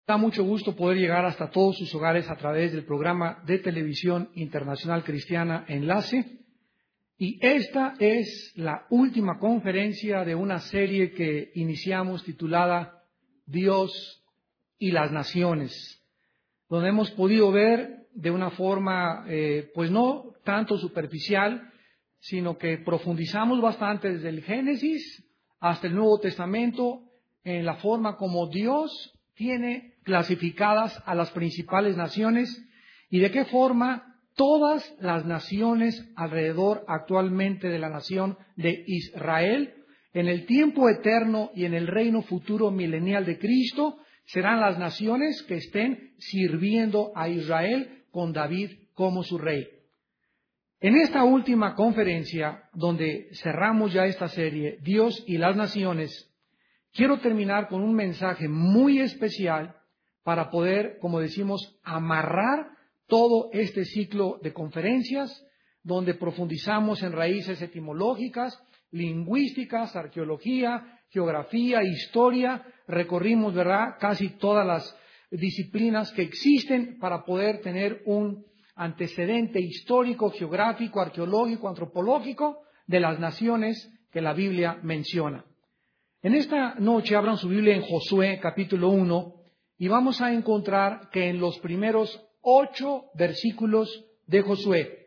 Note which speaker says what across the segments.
Speaker 1: Da mucho gusto poder llegar hasta todos sus hogares a través del programa de televisión internacional cristiana Enlace. Y esta es la última conferencia de una serie que iniciamos titulada Dios y las Naciones, donde hemos podido ver de una forma, pues no tanto superficial, sino que profundizamos bastante desde el Génesis hasta el Nuevo Testamento en la forma como Dios tiene clasificadas a las principales naciones y de qué forma todas las naciones alrededor actualmente de la nación de Israel, en el tiempo eterno y en el reino futuro milenial de Cristo, serán las naciones que estén sirviendo a Israel con David como su rey. En esta última conferencia, donde cerramos ya esta serie, Dios y las Naciones, quiero terminar con un mensaje muy especial para poder, como decimos, amarrar todo este ciclo de conferencias, donde profundizamos en raíces etimológicas, lingüísticas, arqueología, geografía, historia, recorrimos, ¿verdad?, casi todas las disciplinas que existen para poder tener un antecedente histórico, geográfico, arqueológico, antropológico de las naciones que la Biblia menciona. En esta noche abran su Biblia en Josué capítulo 1 y vamos a encontrar que en los primeros 8 versículos de Josué,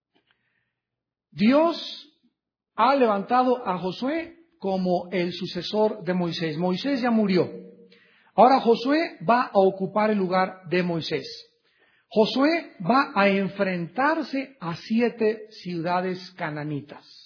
Speaker 1: Dios ha levantado a Josué como el sucesor de Moisés. Moisés ya murió. Ahora Josué va a ocupar el lugar de Moisés. Josué va a enfrentarse a 7 ciudades cananitas.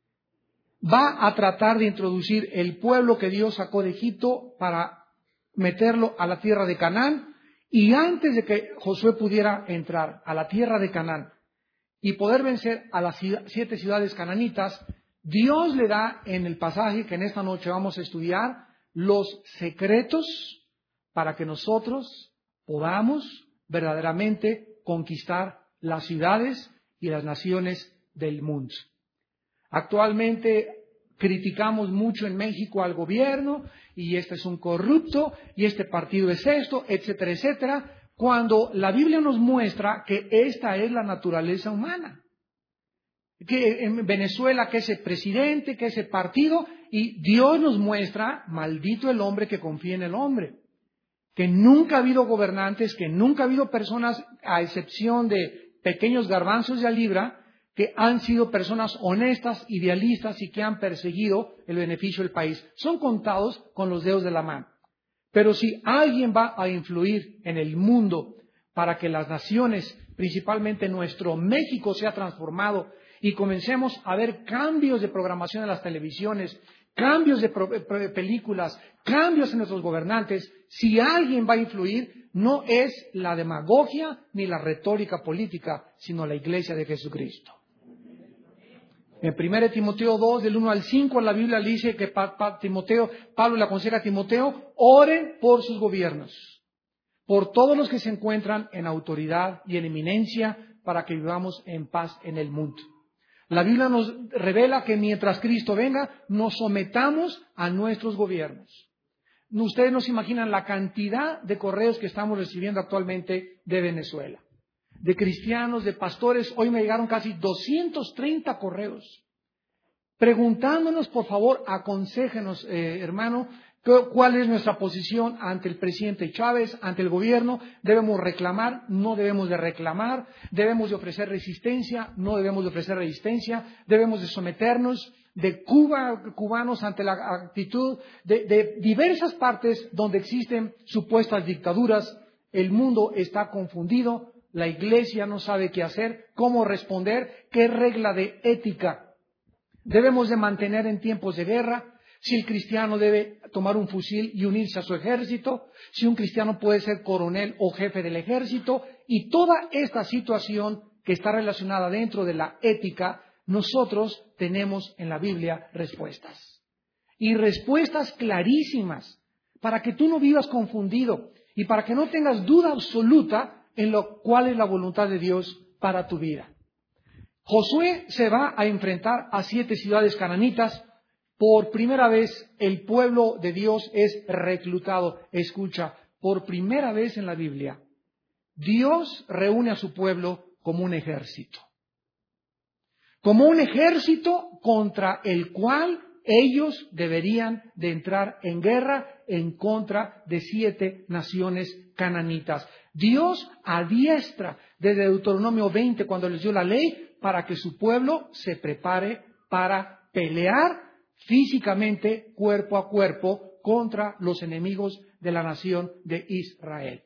Speaker 1: Va a tratar de introducir el pueblo que Dios sacó de Egipto para meterlo a la tierra de Canaán. Y antes de que Josué pudiera entrar a la tierra de Canaán y poder vencer a las 7 ciudades cananitas, Dios le da en el pasaje que en esta noche vamos a estudiar los secretos para que nosotros podamos verdaderamente conquistar las ciudades y las naciones del mundo. Actualmente criticamos mucho en México al gobierno y este es un corrupto y este partido es esto, etcétera, etcétera, cuando la Biblia nos muestra que esta es la naturaleza humana. Que en Venezuela, que ese presidente, que ese partido, y Dios nos muestra, maldito el hombre que confía en el hombre. Que nunca ha habido gobernantes, que nunca ha habido personas, a excepción de pequeños garbanzos de a libra, que han sido personas honestas, idealistas y que han perseguido el beneficio del país. Son contados con los dedos de la mano. Pero si alguien va a influir en el mundo para que las naciones, principalmente nuestro México, sea transformado y comencemos a ver cambios de programación en las televisiones, cambios de películas, cambios en nuestros gobernantes, si alguien va a influir, no es la demagogia ni la retórica política, sino la Iglesia de Jesucristo. En 1 Timoteo 2, del 1 al 5, la Biblia dice que Pablo le aconseja a Timoteo, oren por sus gobiernos, por todos los que se encuentran en autoridad y en eminencia, para que vivamos en paz en el mundo. La Biblia nos revela que mientras Cristo venga, nos sometamos a nuestros gobiernos. Ustedes no se imaginan la cantidad de correos que estamos recibiendo actualmente de Venezuela. De cristianos, de pastores, hoy me llegaron casi 230 correos, preguntándonos, por favor, aconséjenos, hermano, cuál es nuestra posición ante el presidente Chávez, ante el gobierno. ¿Debemos reclamar? ¿No debemos de reclamar? ¿Debemos de ofrecer resistencia? ¿No debemos de ofrecer resistencia? ¿Debemos de someternos? De Cuba, cubanos ante la actitud de diversas partes donde existen supuestas dictaduras. El mundo está confundido. La iglesia no sabe qué hacer, cómo responder, qué regla de ética debemos de mantener en tiempos de guerra, si el cristiano debe tomar un fusil y unirse a su ejército, si un cristiano puede ser coronel o jefe del ejército, y toda esta situación que está relacionada dentro de la ética, nosotros tenemos en la Biblia respuestas. Y respuestas clarísimas, para que tú no vivas confundido y para que no tengas duda absoluta en lo cual es la voluntad de Dios para tu vida. Josué se va a enfrentar a 7 ciudades cananitas. Por primera vez el pueblo de Dios es reclutado. Escucha, por primera vez en la Biblia, Dios reúne a su pueblo como un ejército. Como un ejército contra el cual ellos deberían de entrar en guerra en contra de 7 naciones cananitas. Dios adiestra desde Deuteronomio 20, cuando les dio la ley, para que su pueblo se prepare para pelear físicamente, cuerpo a cuerpo, contra los enemigos de la nación de Israel.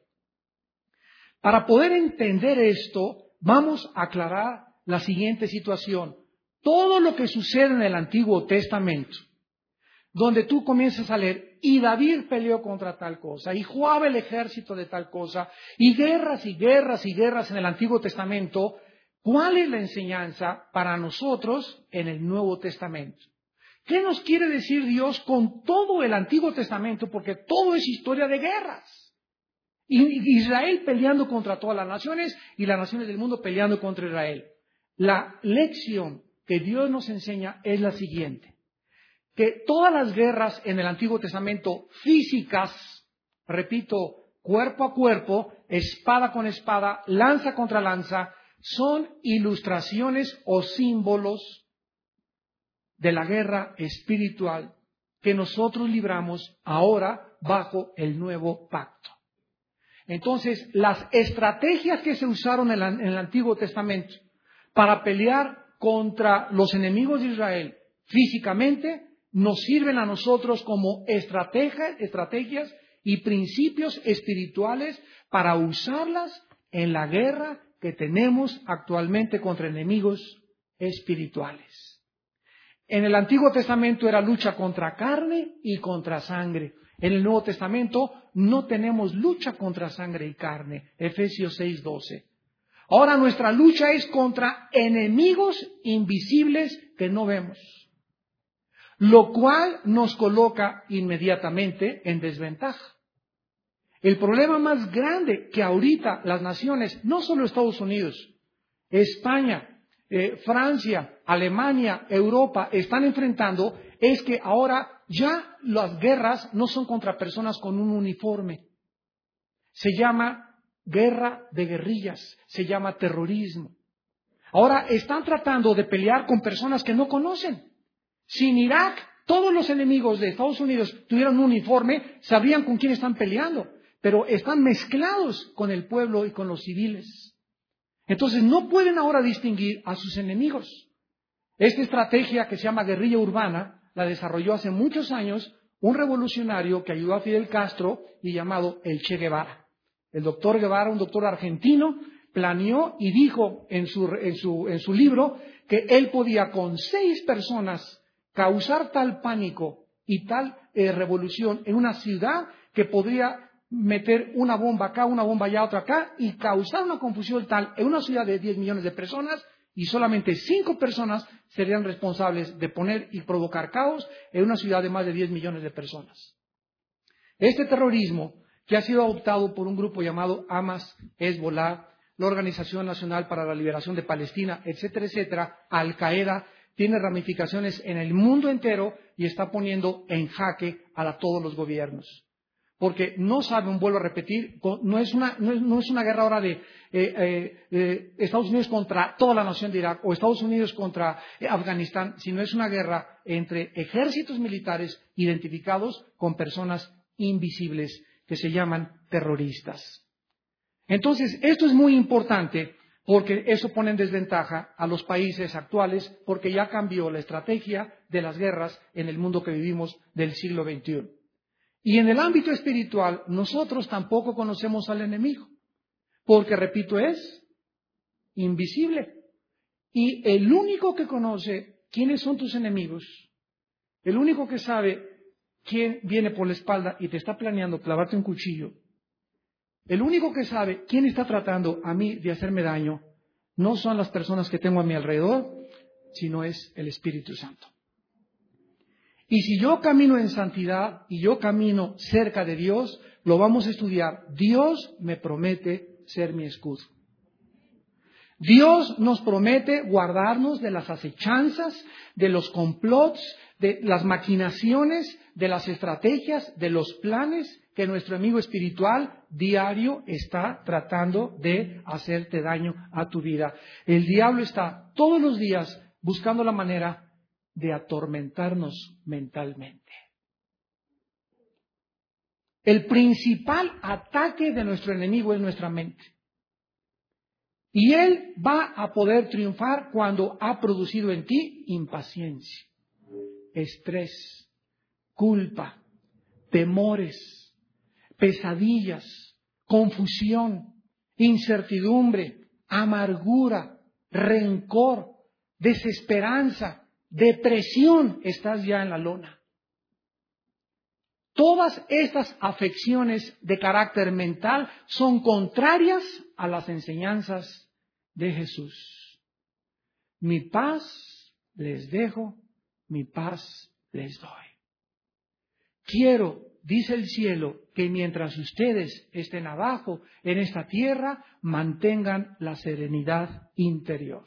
Speaker 1: Para poder entender esto, vamos a aclarar la siguiente situación. Todo lo que sucede en el Antiguo Testamento, donde tú comienzas a leer, y David peleó contra tal cosa, y Joab el ejército de tal cosa, y guerras y guerras y guerras en el Antiguo Testamento, ¿cuál es la enseñanza para nosotros en el Nuevo Testamento? ¿Qué nos quiere decir Dios con todo el Antiguo Testamento? Porque todo es historia de guerras. Israel peleando contra todas las naciones y las naciones del mundo peleando contra Israel. La lección que Dios nos enseña es la siguiente: que todas las guerras en el Antiguo Testamento físicas, repito, cuerpo a cuerpo, espada con espada, lanza contra lanza, son ilustraciones o símbolos de la guerra espiritual que nosotros libramos ahora bajo el nuevo pacto. Entonces, las estrategias que se usaron en el Antiguo Testamento para pelear contra los enemigos de Israel físicamente nos sirven a nosotros como estrategias y principios espirituales para usarlas en la guerra que tenemos actualmente contra enemigos espirituales. En el Antiguo Testamento era lucha contra carne y contra sangre. En el Nuevo Testamento no tenemos lucha contra sangre y carne. Efesios 6:12. Ahora nuestra lucha es contra enemigos invisibles que no vemos, lo cual nos coloca inmediatamente en desventaja. El problema más grande que ahorita las naciones, no solo Estados Unidos, España, Francia, Alemania, Europa están enfrentando es que ahora ya las guerras no son contra personas con un uniforme. Se llama guerra de guerrillas, se llama terrorismo. Ahora están tratando de pelear con personas que no conocen. Si en Irak todos los enemigos de Estados Unidos tuvieran un uniforme, sabrían con quién están peleando, pero están mezclados con el pueblo y con los civiles. Entonces no pueden ahora distinguir a sus enemigos. Esta estrategia que se llama guerrilla urbana la desarrolló hace muchos años un revolucionario que ayudó a Fidel Castro y llamado el Che Guevara. El doctor Guevara, un doctor argentino, planeó y dijo en su libro que él podía con 6 personas causar tal pánico y tal revolución en una ciudad que podría meter una bomba acá, una bomba allá, otra acá, y causar una confusión tal en una ciudad de 10 millones de personas, y solamente 5 personas serían responsables de poner y provocar caos en una ciudad de más de 10 millones de personas. Este terrorismo, que ha sido adoptado por un grupo llamado Hamas, Hezbollah, la Organización Nacional para la Liberación de Palestina, etcétera, etcétera, Al-Qaeda, tiene ramificaciones en el mundo entero y está poniendo en jaque a todos los gobiernos. Porque no saben, vuelvo a repetir, no es una guerra ahora de Estados Unidos contra toda la nación de Irak o Estados Unidos contra Afganistán, sino es una guerra entre ejércitos militares identificados con personas invisibles que se llaman terroristas. Entonces, esto es muy importante porque eso pone en desventaja a los países actuales porque ya cambió la estrategia de las guerras en el mundo que vivimos del siglo XXI. Y en el ámbito espiritual, nosotros tampoco conocemos al enemigo, porque, repito, es invisible. Y el único que conoce quiénes son tus enemigos, el único que sabe quién viene por la espalda y te está planeando clavarte un cuchillo, el único que sabe quién está tratando a mí de hacerme daño, no son las personas que tengo a mi alrededor, sino es el Espíritu Santo. Y si yo camino en santidad y yo camino cerca de Dios, lo vamos a estudiar. Dios me promete ser mi escudo. Dios nos promete guardarnos de las acechanzas, de los complots, de las maquinaciones de las estrategias, de los planes que nuestro enemigo espiritual diario está tratando de hacerte daño a tu vida. El diablo está todos los días buscando la manera de atormentarnos mentalmente. El principal ataque de nuestro enemigo es nuestra mente. Y él va a poder triunfar cuando ha producido en ti impaciencia, estrés, culpa, temores, pesadillas, confusión, incertidumbre, amargura, rencor, desesperanza, depresión. Estás ya en la lona. Todas estas afecciones de carácter mental son contrarias a las enseñanzas de Jesús. Mi paz les dejo, mi paz les doy. Quiero, dice el cielo, que mientras ustedes estén abajo en esta tierra, mantengan la serenidad interior.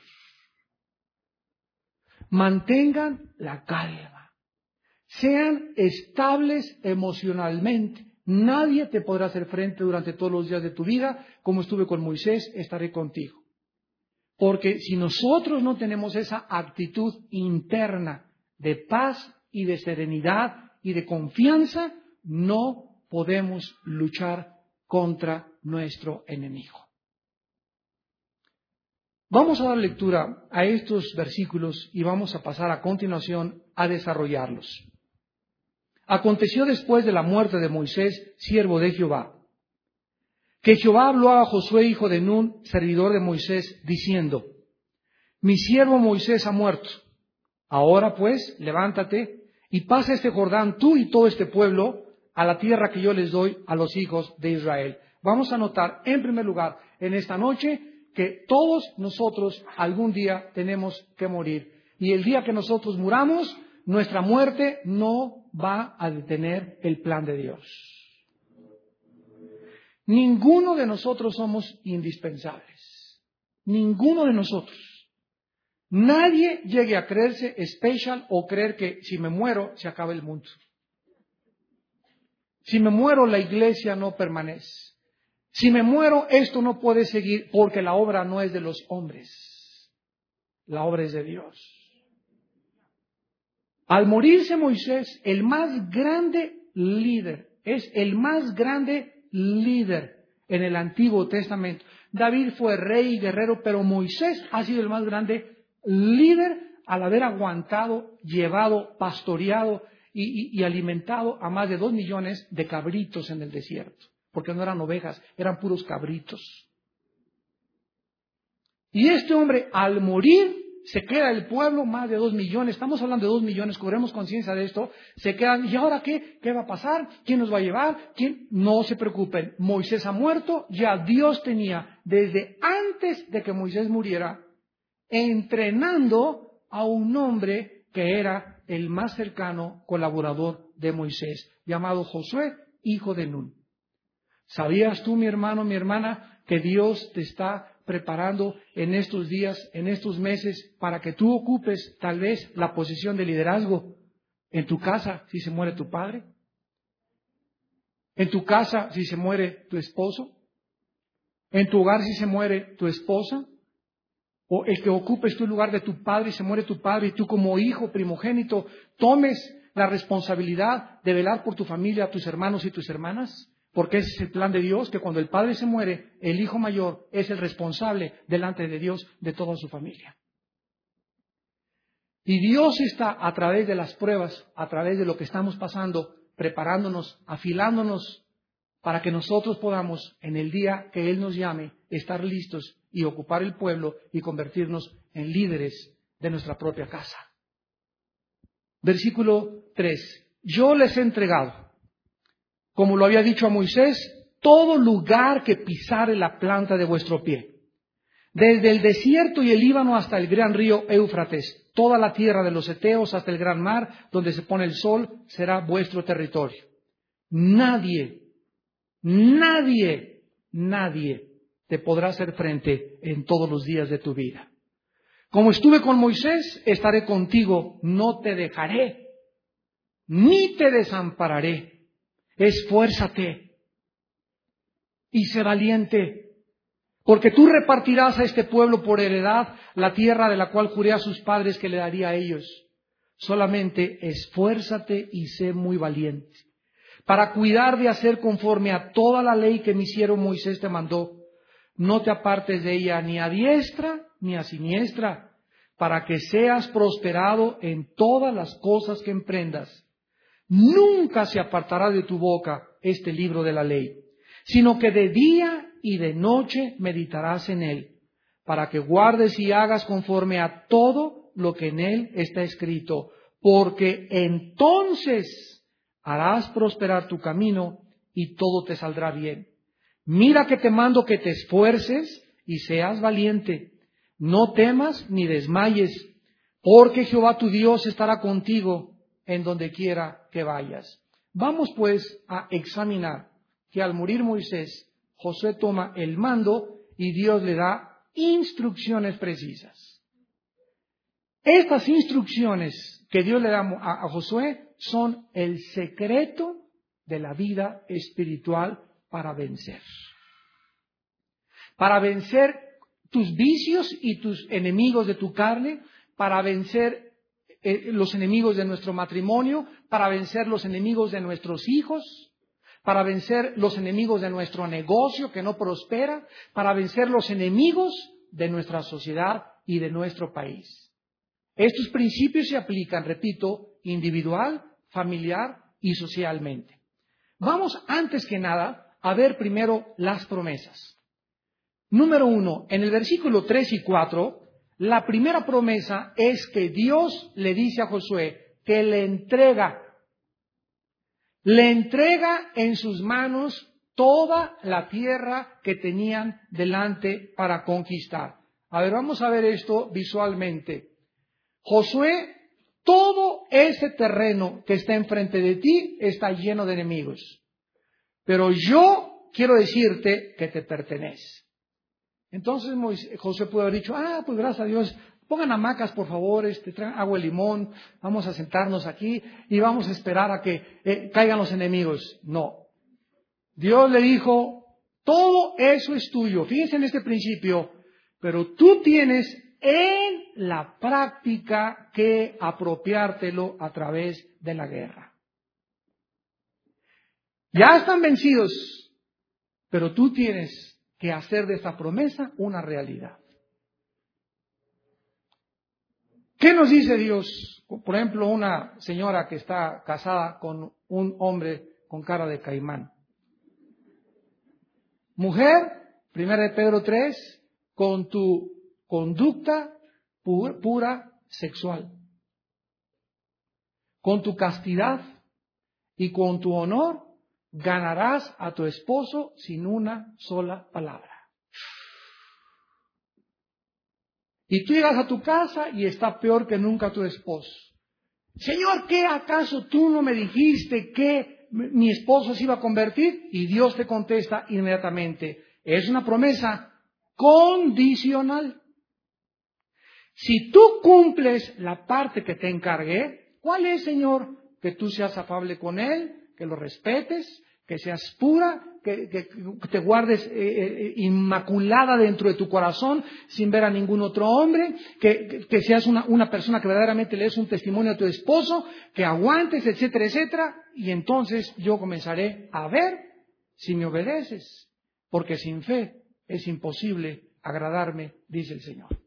Speaker 1: Mantengan la calma. Sean estables emocionalmente. Nadie te podrá hacer frente durante todos los días de tu vida. Como estuve con Moisés, estaré contigo. Porque si nosotros no tenemos esa actitud interna de paz y de serenidad y de confianza, no podemos luchar contra nuestro enemigo. Vamos a dar lectura a estos versículos y vamos a pasar a continuación a desarrollarlos. Aconteció después de la muerte de Moisés, siervo de Jehová, que Jehová habló a Josué, hijo de Nun, servidor de Moisés, diciendo: Mi siervo Moisés ha muerto. Ahora pues, levántate y pasa este Jordán, tú y todo este pueblo, a la tierra que yo les doy a los hijos de Israel. Vamos a notar, en primer lugar, en esta noche, que todos nosotros algún día tenemos que morir. Y el día que nosotros muramos, nuestra muerte no va a detener el plan de Dios. Ninguno de nosotros somos indispensables. Ninguno de nosotros. Nadie llegue a creerse especial o creer que si me muero se acaba el mundo. Si me muero la iglesia no permanece. Si me muero esto no puede seguir porque la obra no es de los hombres. La obra es de Dios. Al morirse Moisés, el más grande líder, es el más grande líder en el Antiguo Testamento. David fue rey y guerrero, pero Moisés ha sido el más grande líder al haber aguantado, llevado, pastoreado y alimentado a más de 2 millones de cabritos en el desierto, porque no eran ovejas, eran puros cabritos. Y este hombre, al morir, se queda el pueblo, más de 2 millones, estamos hablando de 2 millones, cobremos conciencia de esto, se quedan, ¿y ahora qué? ¿Qué va a pasar? ¿Quién nos va a llevar? ¿Quién? No se preocupen, Moisés ha muerto, ya Dios tenía, desde antes de que Moisés muriera, entrenando a un hombre que era el más cercano colaborador de Moisés, llamado Josué, hijo de Nun. ¿Sabías tú, mi hermano, mi hermana, que Dios te está preparando en estos días, en estos meses, para que tú ocupes tal vez la posición de liderazgo en tu casa si se muere tu padre? ¿En tu casa si se muere tu esposo? ¿En tu hogar si se muere tu esposa? ¿O el que ocupes tu lugar de tu padre y se muere tu padre y tú como hijo primogénito tomes la responsabilidad de velar por tu familia, tus hermanos y tus hermanas? Porque ese es el plan de Dios, que cuando el padre se muere, el hijo mayor es el responsable delante de Dios de toda su familia. Y Dios está a través de las pruebas, a través de lo que estamos pasando, preparándonos, afilándonos, para que nosotros podamos, en el día que Él nos llame, estar listos y ocupar el pueblo y convertirnos en líderes de nuestra propia casa. Versículo 3. Yo les he entregado, como lo había dicho a Moisés, todo lugar que pisare la planta de vuestro pie, desde el desierto y el Líbano hasta el gran río Éufrates, toda la tierra de los heteos hasta el gran mar, donde se pone el sol, será vuestro territorio. Nadie te podrá hacer frente en todos los días de tu vida. Como estuve con Moisés, estaré contigo, no te dejaré ni te desampararé. Esfuérzate y sé valiente, porque tú repartirás a este pueblo por heredad la tierra de la cual juré a sus padres que le daría a ellos. Solamente esfuérzate y sé muy valiente, para cuidar de hacer conforme a toda la ley que mi siervo Moisés te mandó. No te apartes de ella ni a diestra ni a siniestra, para que seas prosperado en todas las cosas que emprendas. Nunca se apartará de tu boca este libro de la ley, sino que de día y de noche meditarás en él, para que guardes y hagas conforme a todo lo que en él está escrito, porque entonces harás prosperar tu camino y todo te saldrá bien. Mira que te mando que te esfuerces y seas valiente. No temas ni desmayes, porque Jehová tu Dios estará contigo en donde quiera que vayas. Vamos pues a examinar que al morir Moisés, Josué toma el mando y Dios le da instrucciones precisas. Estas instrucciones que Dios le da a Josué son el secreto de la vida espiritual para vencer. Para vencer tus vicios y tus enemigos de tu carne, para vencer los enemigos de nuestro matrimonio, para vencer los enemigos de nuestros hijos, para vencer los enemigos de nuestro negocio que no prospera, para vencer los enemigos de nuestra sociedad y de nuestro país. Estos principios se aplican, repito, individual, familiar y socialmente. Vamos antes que nada a ver primero las promesas. Número 1, en el versículo 3 y 4, la primera promesa es que Dios le dice a Josué que le entrega en sus manos toda la tierra que tenían delante para conquistar. A ver, vamos a ver esto visualmente. Josué, todo ese terreno que está enfrente de ti está lleno de enemigos, pero yo quiero decirte que te pertenece. Entonces Josué pudo haber dicho, pues gracias a Dios, pongan hamacas por favor, traen agua y limón, vamos a sentarnos aquí y vamos a esperar a que caigan los enemigos. No. Dios le dijo, todo eso es tuyo. Fíjense en este principio, pero tú tienes en la práctica que apropiártelo a través de la guerra. Ya están vencidos, pero tú tienes que hacer de esta promesa una realidad. ¿Qué nos dice Dios? Por ejemplo, una señora que está casada con un hombre con cara de caimán. Mujer, 1 de Pedro 3, con tu conducta pura sexual, con tu castidad y con tu honor, ganarás a tu esposo sin una sola palabra. Y tú llegas a tu casa y está peor que nunca tu esposo. Señor, ¿qué acaso tú no me dijiste que mi esposo se iba a convertir? Y Dios te contesta inmediatamente. Es una promesa condicional. Si tú cumples la parte que te encargué, ¿cuál es, Señor? Que tú seas afable con él, que lo respetes, que seas pura, que te guardes inmaculada dentro de tu corazón sin ver a ningún otro hombre, que seas una persona que verdaderamente le des un testimonio a tu esposo, que aguantes, etcétera, etcétera, y entonces yo comenzaré a ver si me obedeces, porque sin fe es imposible agradarme, dice el Señor.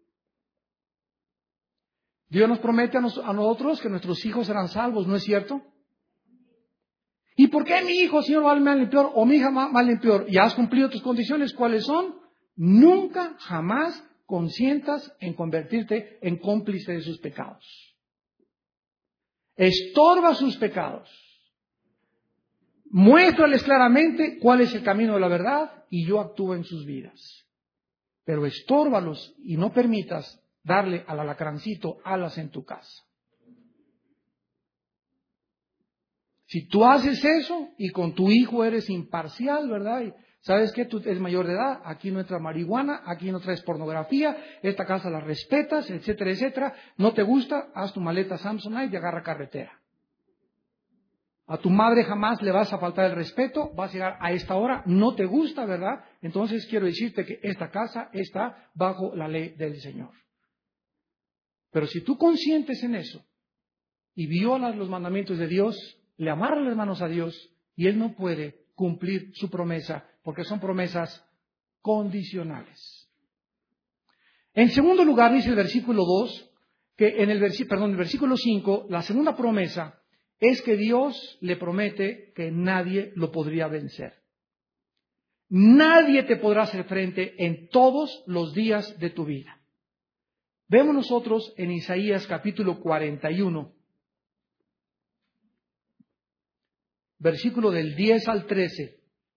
Speaker 1: Dios nos promete a nosotros que nuestros hijos serán salvos, ¿no es cierto? ¿Y por qué mi hijo, Señor, va mal y peor? O mi hija va mal y peor. ¿Ya has cumplido tus condiciones? ¿Cuáles son? Nunca, jamás consientas en convertirte en cómplice de sus pecados. Estorba sus pecados. Muéstrales claramente cuál es el camino de la verdad y yo actúo en sus vidas. Pero estórbalos y no permitas darle al alacrancito alas en tu casa. Si tú haces eso y con tu hijo eres imparcial, ¿verdad? Y ¿sabes qué? Tú eres mayor de edad, aquí no entra marihuana, aquí no traes pornografía, esta casa la respetas, etcétera, etcétera. No te gusta, haz tu maleta Samsonite y agarra carretera. A tu madre jamás le vas a faltar el respeto, vas a llegar a esta hora, no te gusta, ¿verdad? Entonces quiero decirte que esta casa está bajo la ley del Señor. Pero si tú consientes en eso y violas los mandamientos de Dios, le amarras las manos a Dios y Él no puede cumplir su promesa porque son promesas condicionales. En segundo lugar, dice el versículo 2, que en el versículo 5, la segunda promesa es que Dios le promete que nadie lo podría vencer. Nadie te podrá hacer frente en todos los días de tu vida. Vemos nosotros en Isaías capítulo 41, versículo del 10 al 13,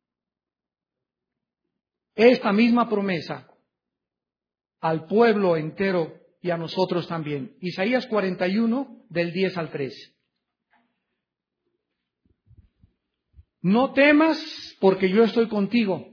Speaker 1: esta misma promesa al pueblo entero y a nosotros también. Isaías 41, del 10 al 13. No temas, porque yo estoy contigo.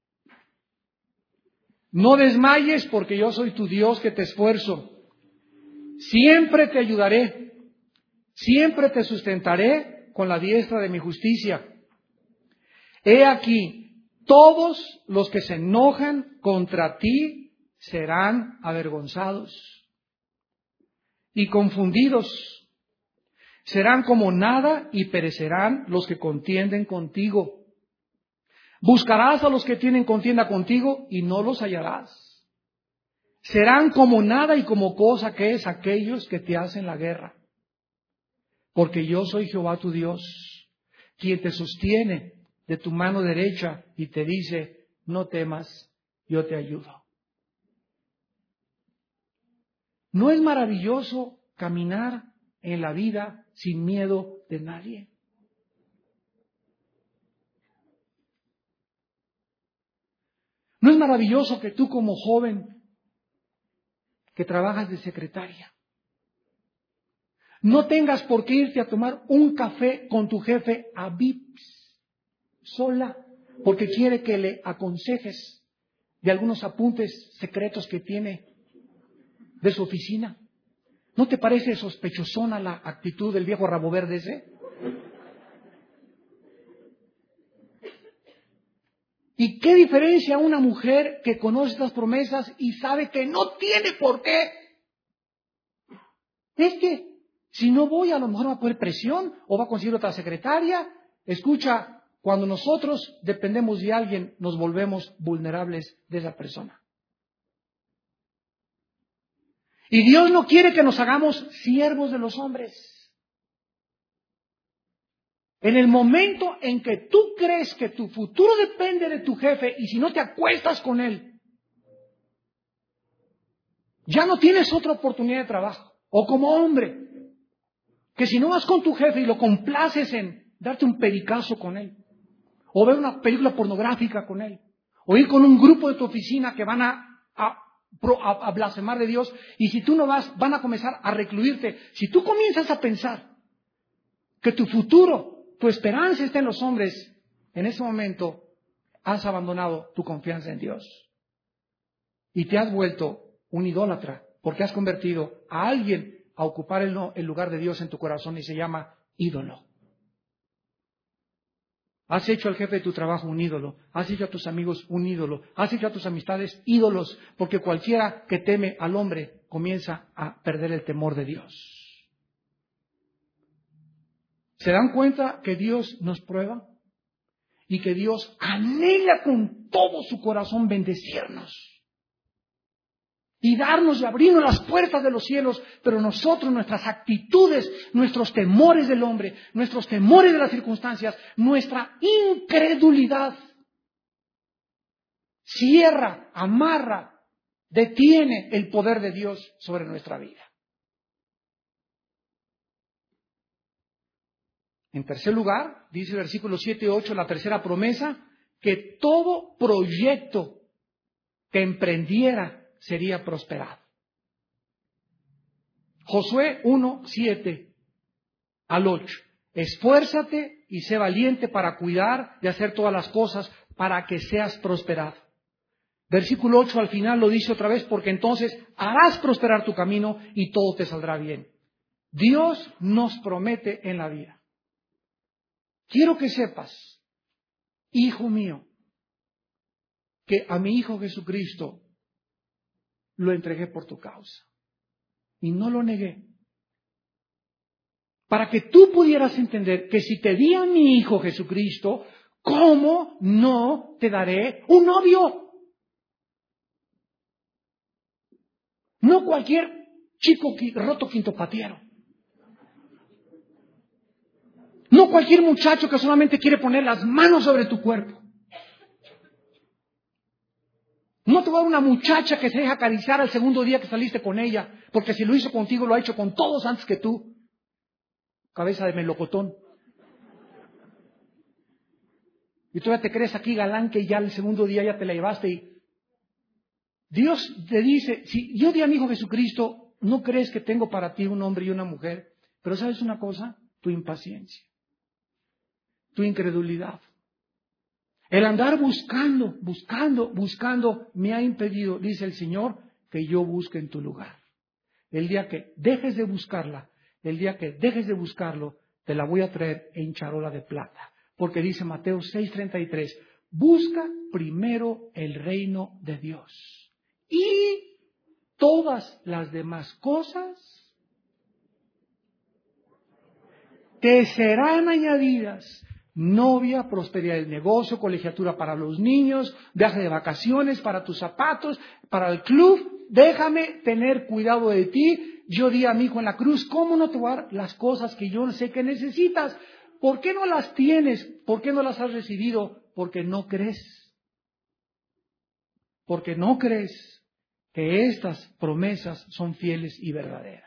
Speaker 1: No desmayes, porque yo soy tu Dios que te esfuerzo. Siempre te ayudaré. Siempre te sustentaré con la diestra de mi justicia. He aquí, todos los que se enojan contra ti serán avergonzados y confundidos. Serán como nada y perecerán los que contienden contigo. Buscarás a los que tienen contienda contigo y no los hallarás. Serán como nada y como cosa que es aquellos que te hacen la guerra. Porque yo soy Jehová tu Dios, quien te sostiene de tu mano derecha y te dice, no temas, yo te ayudo. ¿No es maravilloso caminar en la vida sin miedo de nadie? ¿No es maravilloso que tú como joven que trabajas de secretaria no tengas por qué irte a tomar un café con tu jefe a Vips sola porque quiere que le aconsejes de algunos apuntes secretos que tiene de su oficina? ¿No te parece sospechosona la actitud del viejo rabo verde ese? ¿Y qué diferencia una mujer que conoce estas promesas y sabe que no tiene por qué? Es que si no voy, a lo mejor va a poner presión o va a conseguir otra secretaria. Escucha, cuando nosotros dependemos de alguien, nos volvemos vulnerables de esa persona. Y Dios no quiere que nos hagamos siervos de los hombres. En el momento en que tú crees que tu futuro depende de tu jefe y si no te acuestas con él, ya no tienes otra oportunidad de trabajo. O como hombre, que si no vas con tu jefe y lo complaces en darte un pericazo con él, o ver una película pornográfica con él, o ir con un grupo de tu oficina que van a blasfemar de Dios, y si tú no vas, van a comenzar a recluirte. Si tú comienzas a pensar que tu futuro, tu esperanza está en los hombres, en ese momento has abandonado tu confianza en Dios. Y te has vuelto un idólatra, porque has convertido a alguien a ocupar el lugar de Dios en tu corazón y se llama ídolo. Has hecho al jefe de tu trabajo un ídolo, has hecho a tus amigos un ídolo, has hecho a tus amistades ídolos, porque cualquiera que teme al hombre comienza a perder el temor de Dios. ¿Se dan cuenta que Dios nos prueba? Y que Dios anhela con todo su corazón bendecirnos y darnos y abrirnos las puertas de los cielos, pero nosotros, nuestras actitudes, nuestros temores del hombre, nuestros temores de las circunstancias, nuestra incredulidad, cierra, amarra, detiene el poder de Dios sobre nuestra vida. En tercer lugar, dice el versículo 7 y 8, la tercera promesa, que todo proyecto que emprendiera sería prosperado. Josué 1, 7 al 8. Esfuérzate y sé valiente para cuidar de hacer todas las cosas para que seas prosperado. Versículo 8 al final lo dice otra vez, porque entonces harás prosperar tu camino y todo te saldrá bien. Dios nos promete en la vida quiero que sepas, hijo mío, que a mi Hijo Jesucristo lo entregué por tu causa. Y no lo negué. Para que tú pudieras entender que si te di a mi Hijo Jesucristo, ¿cómo no te daré un novio? No cualquier chico roto quintopatiero. No cualquier muchacho que solamente quiere poner las manos sobre tu cuerpo. No te voy a dar una muchacha que se deja acariciar al segundo día que saliste con ella, porque si lo hizo contigo, lo ha hecho con todos antes que tú. Cabeza de melocotón. Y tú ya te crees aquí galán que ya el segundo día ya te la llevaste. Y Dios te dice, si yo di a mi Hijo Jesucristo, no crees que tengo para ti un hombre y una mujer. Pero ¿sabes una cosa? Tu impaciencia, tu incredulidad. El andar buscando me ha impedido, dice el Señor, que yo busque en tu lugar. El día que dejes de buscarla, el día que dejes de buscarlo, te la voy a traer en charola de plata. Porque dice Mateo 6:33, busca primero el reino de Dios. Y todas las demás cosas te serán añadidas. Novia, prosperidad del negocio, colegiatura para los niños, viaje de vacaciones, para tus zapatos, para el club. Déjame tener cuidado de ti. Yo di a mi Hijo en la cruz. ¿Cómo no te voy a dar las cosas que yo sé que necesitas? ¿Por qué no las tienes? ¿Por qué no las has recibido? Porque no crees. Porque no crees que estas promesas son fieles y verdaderas.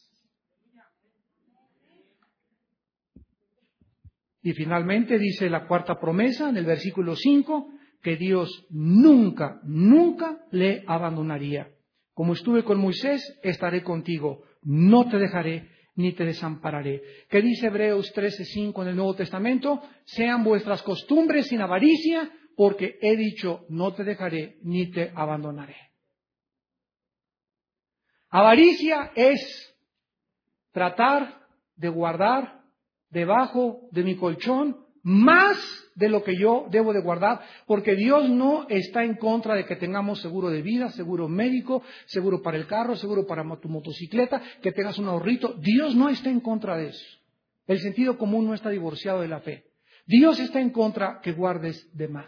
Speaker 1: Y finalmente dice la cuarta promesa en el versículo 5, que Dios nunca le abandonaría. Como estuve con Moisés, estaré contigo. No te dejaré ni te desampararé. ¿Qué dice Hebreos 13:5 en el Nuevo Testamento? Sean vuestras costumbres sin avaricia, porque he dicho, no te dejaré ni te abandonaré. Avaricia es tratar de guardar debajo de mi colchón más de lo que yo debo de guardar, porque Dios no está en contra de que tengamos seguro de vida, seguro médico, seguro para el carro, seguro para tu motocicleta, que tengas un ahorrito. Dios no está en contra de eso. El sentido común no está divorciado de la fe. Dios está en contra que guardes de más.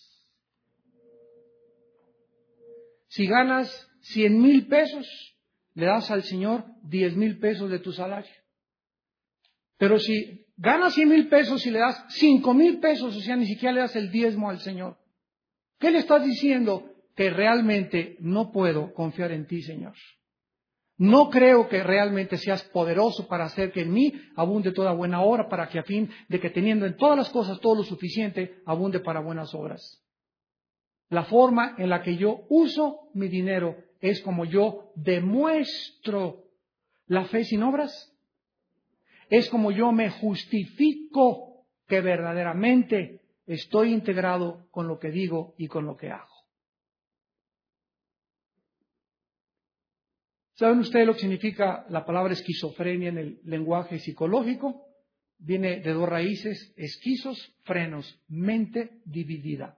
Speaker 1: Si ganas 100,000 pesos, le das al Señor 10,000 pesos de tu salario. Pero si ganas 100,000 pesos y le das 5,000 pesos, o sea, ni siquiera le das el diezmo al Señor, ¿qué le estás diciendo? Que realmente no puedo confiar en ti, Señor. No creo que realmente seas poderoso para hacer que en mí abunde toda buena obra, para que a fin de que teniendo en todas las cosas todo lo suficiente, abunde para buenas obras. La forma en la que yo uso mi dinero es como yo demuestro la fe sin obras. Es como yo me justifico que verdaderamente estoy integrado con lo que digo y con lo que hago. ¿Saben ustedes lo que significa la palabra esquizofrenia en el lenguaje psicológico? Viene de dos raíces, esquizos, frenos, mente dividida.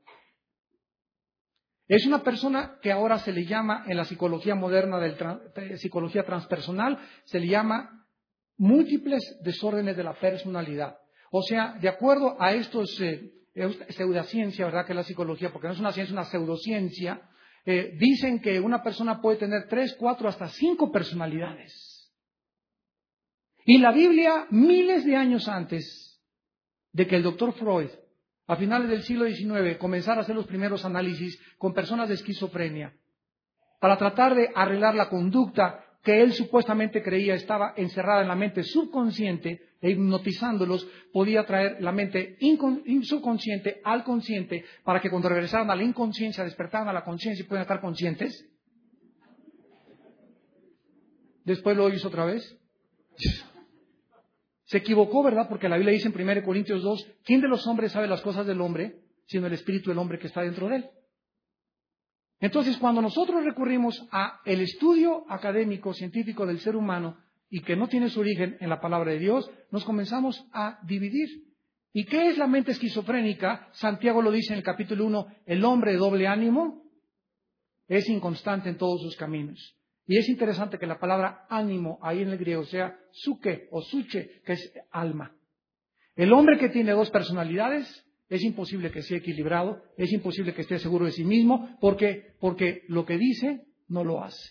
Speaker 1: Es una persona que ahora se le llama, en la psicología moderna, psicología transpersonal, se le llama múltiples desórdenes de la personalidad. O sea, de acuerdo a estos pseudociencia, ¿verdad? Que es la psicología, porque no es una ciencia, es una pseudociencia. Dicen que una persona puede tener 3, 4, hasta 5 personalidades. Y la Biblia, miles de años antes de que el doctor Freud, a finales del siglo XIX, comenzara a hacer los primeros análisis con personas de esquizofrenia, para tratar de arreglar la conducta que él supuestamente creía estaba encerrada en la mente subconsciente, e hipnotizándolos podía traer la mente subconsciente al consciente, para que cuando regresaran a la inconsciencia, despertaran a la conciencia y puedan estar conscientes. Después lo hizo otra vez. Se equivocó, ¿verdad? Porque la Biblia dice en 1 Corintios 2, ¿quién de los hombres sabe las cosas del hombre, sino el espíritu del hombre que está dentro de él? Entonces, cuando nosotros recurrimos a el estudio académico, científico del ser humano, y que no tiene su origen en la palabra de Dios, nos comenzamos a dividir. ¿Y qué es la mente esquizofrénica? Santiago lo dice en el capítulo 1, el hombre de doble ánimo es inconstante en todos sus caminos. Y es interesante que la palabra ánimo ahí en el griego sea suke o suche, que es alma. El hombre que tiene dos personalidades es imposible que sea equilibrado, es imposible que esté seguro de sí mismo, porque lo que dice no lo hace.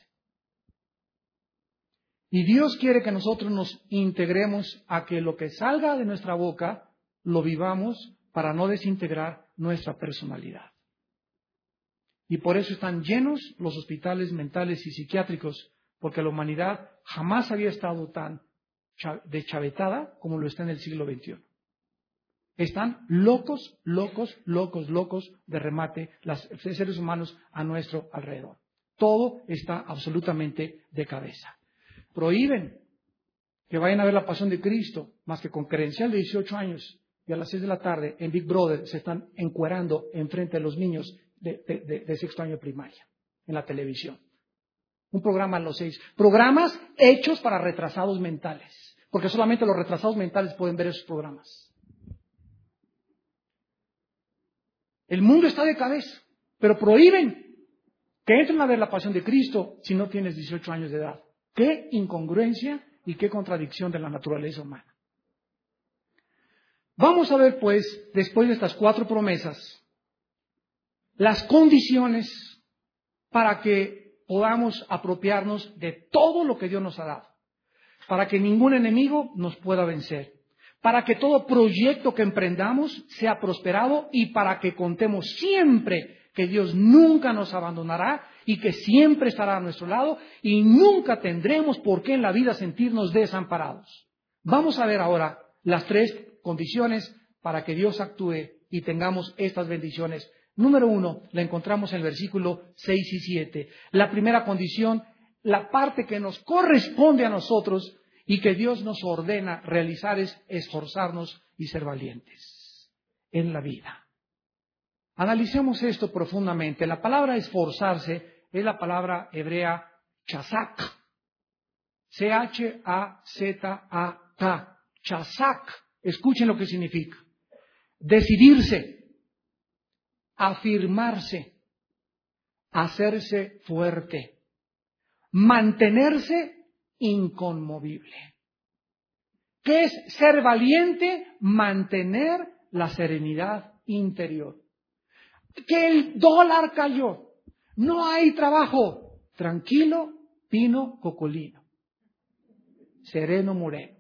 Speaker 1: Y Dios quiere que nosotros nos integremos a que lo que salga de nuestra boca lo vivamos para no desintegrar nuestra personalidad. Y por eso están llenos los hospitales mentales y psiquiátricos, porque la humanidad jamás había estado tan deschavetada como lo está en el siglo XXI. Están locos de remate los seres humanos a nuestro alrededor. Todo está absolutamente de cabeza. Prohíben que vayan a ver la Pasión de Cristo, más que con credencial de 18 años, y a las 6 de la tarde en Big Brother se están encuerando enfrente de los niños de sexto año de primaria, en la televisión. Un programa a los 6. Programas hechos para retrasados mentales, porque solamente los retrasados mentales pueden ver esos programas. El mundo está de cabeza, pero prohíben que entren a ver la Pasión de Cristo si no tienes 18 años de edad. ¡Qué incongruencia y qué contradicción de la naturaleza humana! Vamos a ver, pues, después de estas 4 promesas, las condiciones para que podamos apropiarnos de todo lo que Dios nos ha dado, para que ningún enemigo nos pueda vencer, para que todo proyecto que emprendamos sea prosperado y para que contemos siempre que Dios nunca nos abandonará y que siempre estará a nuestro lado y nunca tendremos por qué en la vida sentirnos desamparados. Vamos a ver ahora las 3 condiciones para que Dios actúe y tengamos estas bendiciones. Número 1, la encontramos en el versículo 6 y 7. La primera condición, la parte que nos corresponde a nosotros y que Dios nos ordena realizar es esforzarnos y ser valientes en la vida. Analicemos esto profundamente. La palabra esforzarse es la palabra hebrea chazak. C-H-A-Z-A-K. Chazak. Escuchen lo que significa. Decidirse, afirmarse, hacerse fuerte, mantenerse inconmovible. ¿Qué es ser valiente? Mantener la serenidad interior. Que el dólar cayó, no hay trabajo. Tranquilo, pino, cocolino. Sereno, moreno.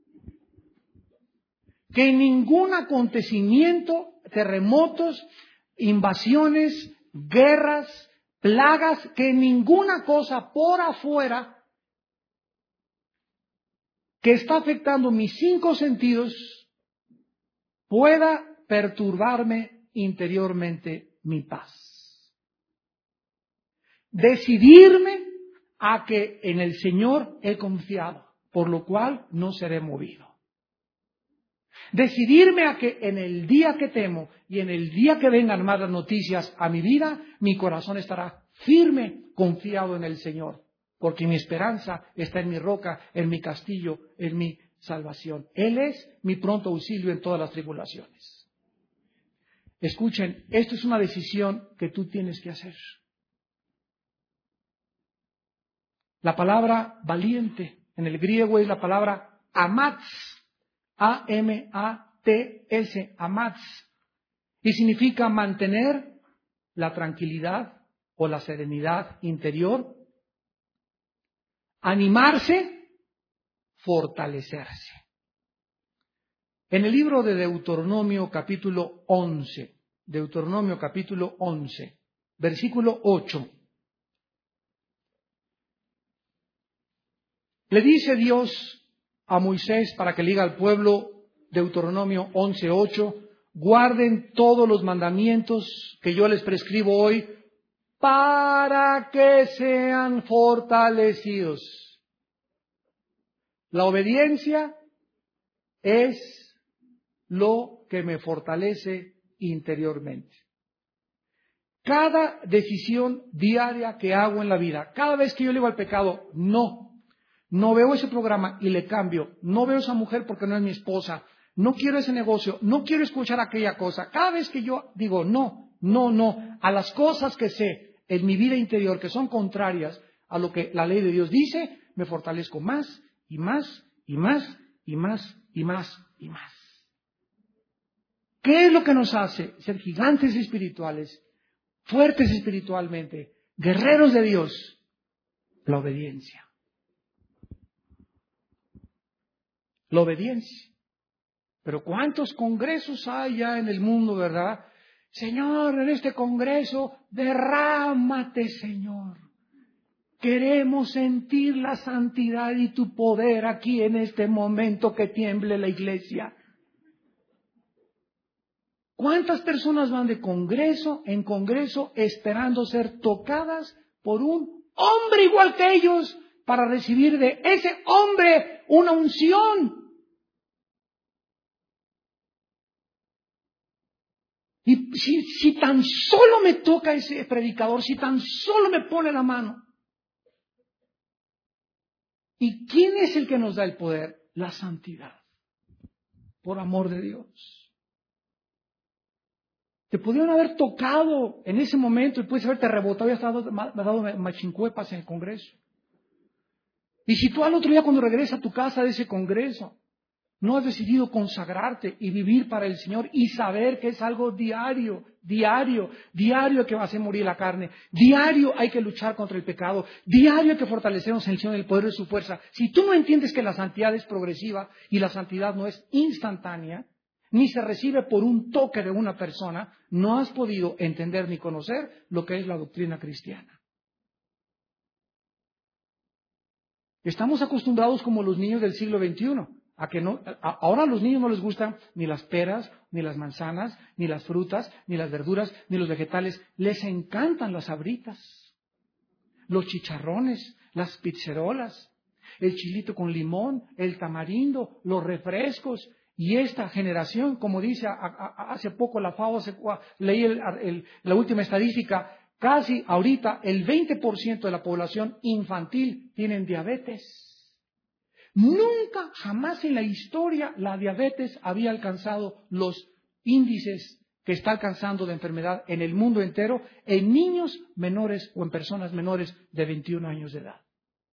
Speaker 1: Que ningún acontecimiento, terremotos, invasiones, guerras, plagas, que ninguna cosa por afuera que está afectando mis 5 sentidos pueda perturbarme interiormente mi paz. Decidirme a que en el Señor he confiado, por lo cual no seré movido. Decidirme a que en el día que temo y en el día que vengan malas noticias a mi vida, mi corazón estará firme, confiado en el Señor, porque mi esperanza está en mi roca, en mi castillo, en mi salvación. Él es mi pronto auxilio en todas las tribulaciones. Escuchen, esto es una decisión que tú tienes que hacer. La palabra valiente en el griego es la palabra amats, A-M-A-T-S, amats, y significa mantener la tranquilidad o la serenidad interior, animarse, fortalecerse. En el libro de Deuteronomio capítulo 11, versículo 8, le dice Dios a Moisés para que le diga al pueblo, Deuteronomio 11:8, guarden todos los mandamientos que yo les prescribo hoy para que sean fortalecidos. La obediencia es lo que me fortalece interiormente. Cada decisión diaria que hago en la vida, cada vez que yo le digo al pecado, no veo ese programa y le cambio, no veo esa mujer porque no es mi esposa, no quiero ese negocio, no quiero escuchar aquella cosa. Cada vez que yo digo no, a las cosas que sé en mi vida interior que son contrarias a lo que la ley de Dios dice, me fortalezco más y más y más y más y más y más. ¿Qué es lo que nos hace ser gigantes espirituales, fuertes espiritualmente, guerreros de Dios? La obediencia. La obediencia. Pero ¿cuántos congresos hay ya en el mundo, verdad? Señor, en este congreso, derrámate, Señor. Queremos sentir la santidad y tu poder aquí en este momento que tiemble la iglesia. ¿Cuántas personas van de congreso en congreso esperando ser tocadas por un hombre igual que ellos para recibir de ese hombre una unción? Y si tan solo me toca ese predicador, si tan solo me pone la mano. ¿Y quién es el que nos da el poder? La santidad. Por amor de Dios. Te pudieron haber tocado en ese momento y puedes haberte rebotado y has dado machincuepas en el congreso. Y si tú al otro día cuando regresas a tu casa de ese congreso, no has decidido consagrarte y vivir para el Señor y saber que es algo diario que va a hacer morir la carne, diario hay que luchar contra el pecado, diario hay que fortalecernos en el Señor, en el poder de su fuerza. Si tú no entiendes que la santidad es progresiva y la santidad no es instantánea, ni se recibe por un toque de una persona, no has podido entender ni conocer lo que es la doctrina cristiana. Estamos acostumbrados como los niños del siglo XXI. Ahora a los niños no les gustan ni las peras, ni las manzanas, ni las frutas, ni las verduras, ni los vegetales. Les encantan las sabritas, los chicharrones, las pizzerolas, el chilito con limón, el tamarindo, los refrescos. Y esta generación, como dice hace poco la FAO, leí la última estadística, casi ahorita el 20% de la población infantil tienen diabetes. Nunca, jamás en la historia la diabetes había alcanzado los índices que está alcanzando de enfermedad en el mundo entero en niños menores o en personas menores de 21 años de edad.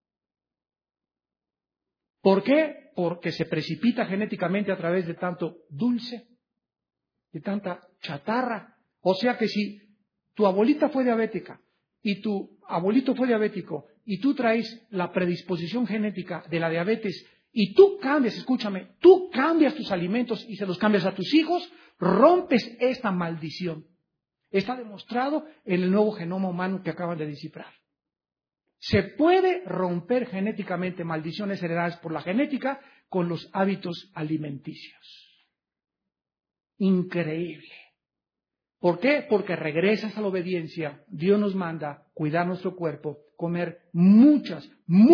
Speaker 1: ¿Por qué? Porque se precipita genéticamente a través de tanto dulce, de tanta chatarra. O sea que si tu abuelita fue diabética y tu abuelito fue diabético y tú traes la predisposición genética de la diabetes y tú cambias, escúchame, tú cambias tus alimentos y se los cambias a tus hijos, rompes esta maldición. Está demostrado en el nuevo genoma humano que acaban de descifrar. Se puede romper genéticamente maldiciones heredadas por la genética con los hábitos alimenticios. Increíble. ¿Por qué? Porque regresas a la obediencia. Dios nos manda cuidar nuestro cuerpo, comer muchas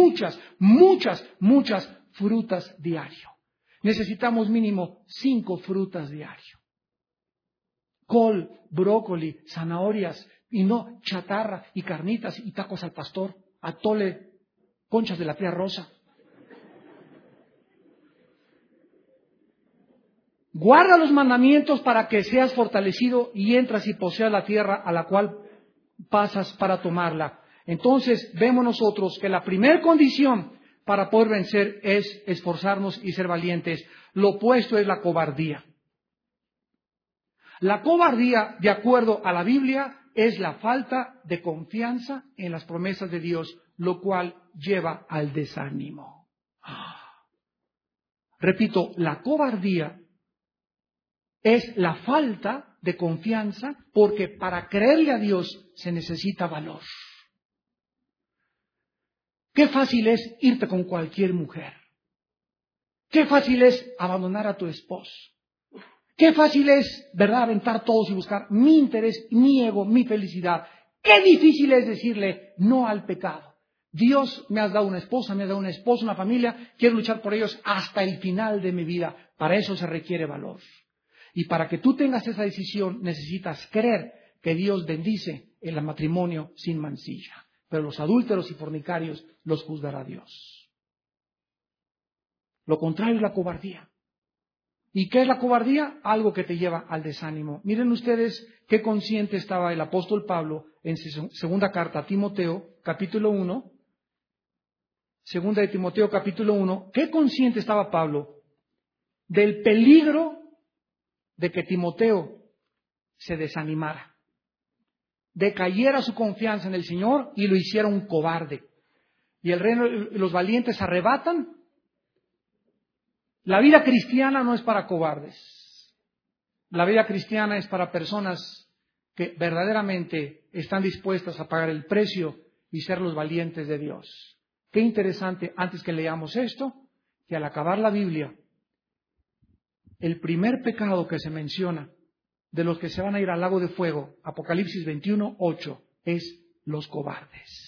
Speaker 1: frutas diario. Necesitamos mínimo 5 frutas diario. Col, brócoli, zanahorias, y no chatarra y carnitas y tacos al pastor, atole, conchas de la tía Rosa. Guarda los mandamientos para que seas fortalecido y entras y poseas la tierra a la cual pasas para tomarla. Entonces vemos nosotros que la primera condición para poder vencer es esforzarnos y ser valientes. Lo opuesto es la cobardía. La cobardía, de acuerdo a la Biblia, es la falta de confianza en las promesas de Dios, lo cual lleva al desánimo. Repito, la cobardía es la falta de confianza porque para creerle a Dios se necesita valor. Qué fácil es irte con cualquier mujer. Qué fácil es abandonar a tu esposo. Qué fácil es, ¿verdad?, aventar todos y buscar mi interés, mi ego, mi felicidad. Qué difícil es decirle no al pecado. Dios, me has dado una esposa, me has dado un esposo, una familia, quiero luchar por ellos hasta el final de mi vida. Para eso se requiere valor. Y para que tú tengas esa decisión necesitas creer que Dios bendice el matrimonio sin mancilla. Pero los adúlteros y fornicarios los juzgará Dios. Lo contrario es la cobardía. ¿Y qué es la cobardía? Algo que te lleva al desánimo. Miren ustedes qué consciente estaba el apóstol Pablo en su segunda carta a Timoteo, capítulo 1. Segunda de Timoteo, capítulo 1. ¿Qué consciente estaba Pablo del peligro de que Timoteo se desanimara, decayera su confianza en el Señor y lo hiciera un cobarde? Y el reino, los valientes arrebatan. La vida cristiana no es para cobardes. La vida cristiana es para personas que verdaderamente están dispuestas a pagar el precio y ser los valientes de Dios. Qué interesante, antes que leamos esto, que al acabar la Biblia, el primer pecado que se menciona de los que se van a ir al lago de fuego, Apocalipsis 21:8, es los cobardes.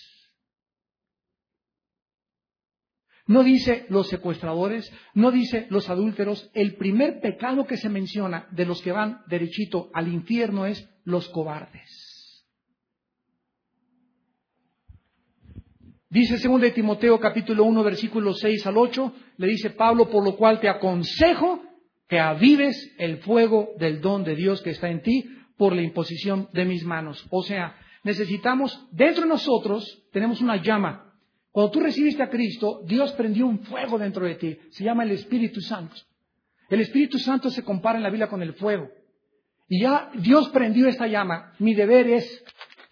Speaker 1: No dice los secuestradores, no dice los adúlteros. El primer pecado que se menciona de los que van derechito al infierno es los cobardes. Dice 2 de Timoteo capítulo 1 versículos 6 al 8, le dice Pablo, por lo cual te aconsejo que avives el fuego del don de Dios que está en ti por la imposición de mis manos. O sea, necesitamos, dentro de nosotros tenemos una llama. Cuando tú recibiste a Cristo, Dios prendió un fuego dentro de ti. Se llama el Espíritu Santo. El Espíritu Santo se compara en la Biblia con el fuego. Y ya Dios prendió esta llama. Mi deber es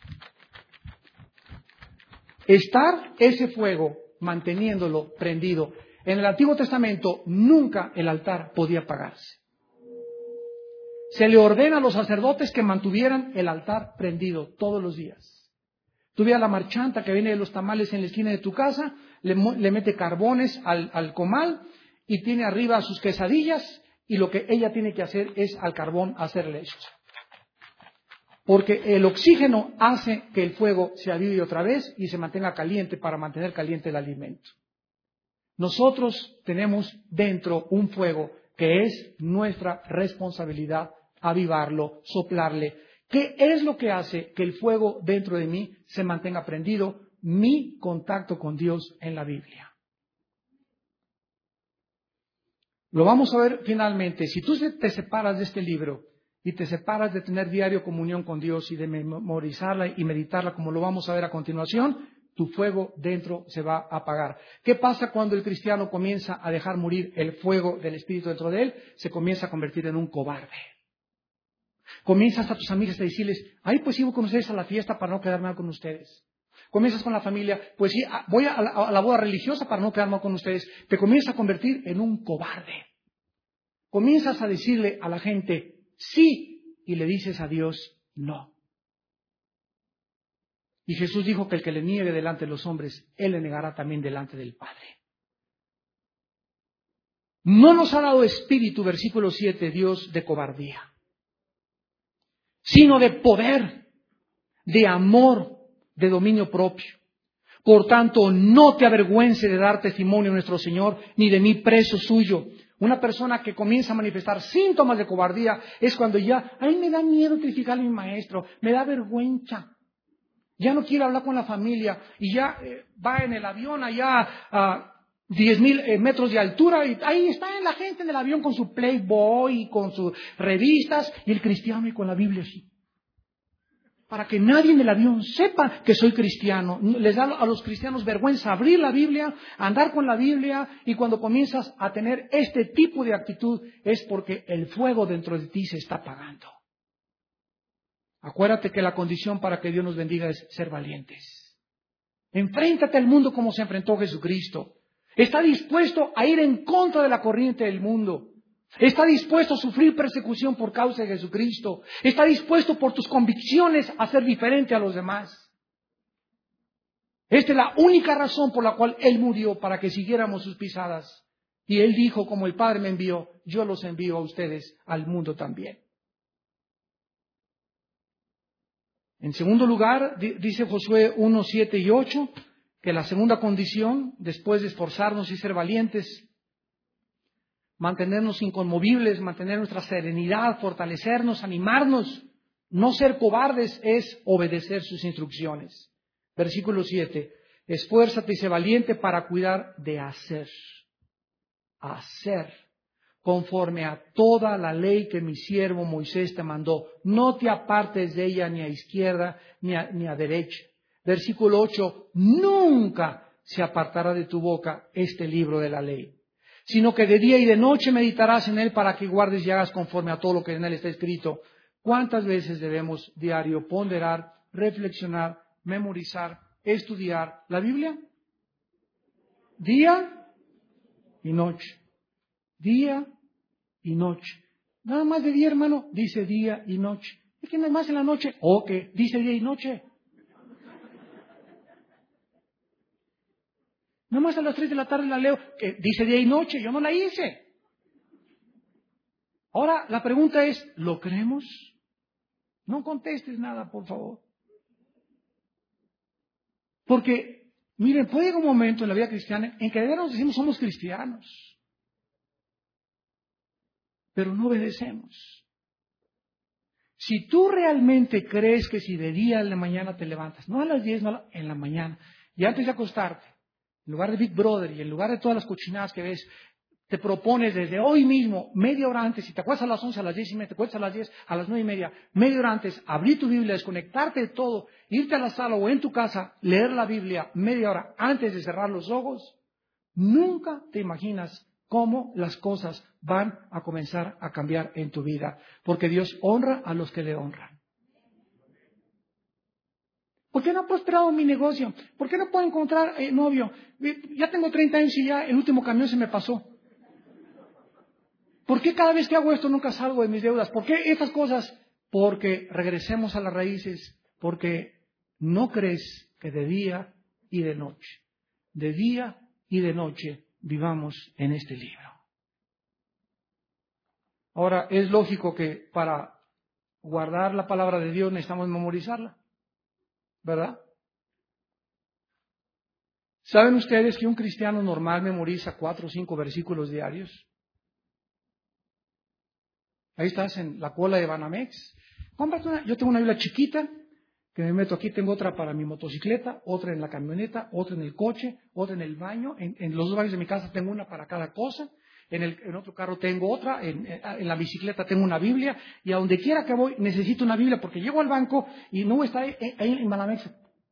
Speaker 1: estar ese fuego manteniéndolo prendido. En el Antiguo Testamento nunca el altar podía apagarse. Se le ordena a los sacerdotes que mantuvieran el altar prendido todos los días. Tú veas la marchanta que viene de los tamales en la esquina de tu casa, le mete carbones al comal y tiene arriba sus quesadillas y lo que ella tiene que hacer es al carbón hacerle eso. Porque el oxígeno hace que el fuego se avive otra vez y se mantenga caliente para mantener caliente el alimento. Nosotros tenemos dentro un fuego que es nuestra responsabilidad avivarlo, soplarle. ¿Qué es lo que hace que el fuego dentro de mí se mantenga prendido? Mi contacto con Dios en la Biblia. Lo vamos a ver finalmente. Si tú te separas de este libro y te separas de tener diario comunión con Dios y de memorizarla y meditarla, como lo vamos a ver a continuación, tu fuego dentro se va a apagar. ¿Qué pasa cuando el cristiano comienza a dejar morir el fuego del Espíritu dentro de él? Se comienza a convertir en un cobarde. Comienzas a tus amigas a decirles, ay, pues iba con ustedes a la fiesta para no quedar mal con ustedes. Comienzas con la familia, pues sí, voy a la boda religiosa para no quedar mal con ustedes. Te comienzas a convertir en un cobarde. Comienzas a decirle a la gente, sí, y le dices a Dios, no. Y Jesús dijo que el que le niegue delante de los hombres, Él le negará también delante del Padre. No nos ha dado espíritu, versículo 7, Dios, de cobardía, sino de poder, de amor, de dominio propio. Por tanto, no te avergüences de dar testimonio a nuestro Señor, ni de mí preso suyo. Una persona que comienza a manifestar síntomas de cobardía es cuando ya, ay, me da miedo criticar a mi maestro, me da vergüenza. Ya no quiere hablar con la familia y ya va en el avión allá a 10,000 metros de altura y ahí está la gente en el avión con su Playboy y con sus revistas y el cristiano y con la Biblia así. Para que nadie en el avión sepa que soy cristiano. Les da a los cristianos vergüenza abrir la Biblia, andar con la Biblia, y cuando comienzas a tener este tipo de actitud es porque el fuego dentro de ti se está apagando. Acuérdate que la condición para que Dios nos bendiga es ser valientes. Enfréntate al mundo como se enfrentó Jesucristo. Está dispuesto a ir en contra de la corriente del mundo. Está dispuesto a sufrir persecución por causa de Jesucristo. Está dispuesto por tus convicciones a ser diferente a los demás. Esta es la única razón por la cual Él murió, para que siguiéramos sus pisadas. Y Él dijo, como el Padre me envió, yo los envío a ustedes al mundo también. En segundo lugar, dice Josué 1, 7 y 8, que la segunda condición, después de esforzarnos y ser valientes, mantenernos inconmovibles, mantener nuestra serenidad, fortalecernos, animarnos, no ser cobardes, es obedecer sus instrucciones. Versículo 7, esfuérzate y sé valiente para cuidar de hacer. conforme a toda la ley que mi siervo Moisés te mandó. No te apartes de ella ni a izquierda ni a derecha. Versículo 8, nunca se apartará de tu boca este libro de la ley, sino que de día y de noche meditarás en él para que guardes y hagas conforme a todo lo que en él está escrito. ¿Cuántas veces debemos diario ponderar, reflexionar, memorizar, estudiar la Biblia? Día y noche. Día y noche. Nada más de día, hermano, dice día y noche. ¿Y qué nada más en la noche? ¿O qué? Dice día y noche. Nada más a las 3 de la tarde la leo, que dice día y noche, yo no la hice. Ahora, la pregunta es, ¿lo creemos? No contestes nada, por favor. Porque, miren, puede llegar un momento en la vida cristiana en que de verdad nos decimos somos cristianos, pero no obedecemos. Si tú realmente crees que si de día a la mañana te levantas, no a las 10, no en la mañana, y antes de acostarte, en lugar de Big Brother y en lugar de todas las cochinadas que ves, te propones desde hoy mismo, media hora antes, si te acuestas a las 11, a las 10:30, te acuestas a las 10, a las 9:30, media hora antes, abrir tu Biblia, desconectarte de todo, irte a la sala o en tu casa, leer la Biblia media hora antes de cerrar los ojos, nunca te imaginas cómo las cosas van a comenzar a cambiar en tu vida, porque Dios honra a los que le honran. ¿Por qué no ha prosperado mi negocio? ¿Por qué no puedo encontrar novio? Ya tengo 30 años y ya el último camión se me pasó. ¿Por qué cada vez que hago esto nunca salgo de mis deudas? ¿Por qué estas cosas? Porque regresemos a las raíces, porque no crees que de día y de noche vivamos en este libro. Ahora, es lógico que para guardar la palabra de Dios necesitamos memorizarla, ¿verdad? ¿Saben ustedes que un cristiano normal memoriza 4 o 5 versículos diarios? Ahí estás en la cola de Banamex. Cómprate una. Yo tengo una Biblia chiquita que me meto aquí. Tengo otra para mi motocicleta, otra en la camioneta, otra en el coche, otra en el baño. En los 2 baños de mi casa tengo una para cada cosa. En otro carro tengo otra. En la bicicleta tengo una Biblia. Y a donde quiera que voy necesito una Biblia porque llego al banco y no está ahí en Banamex.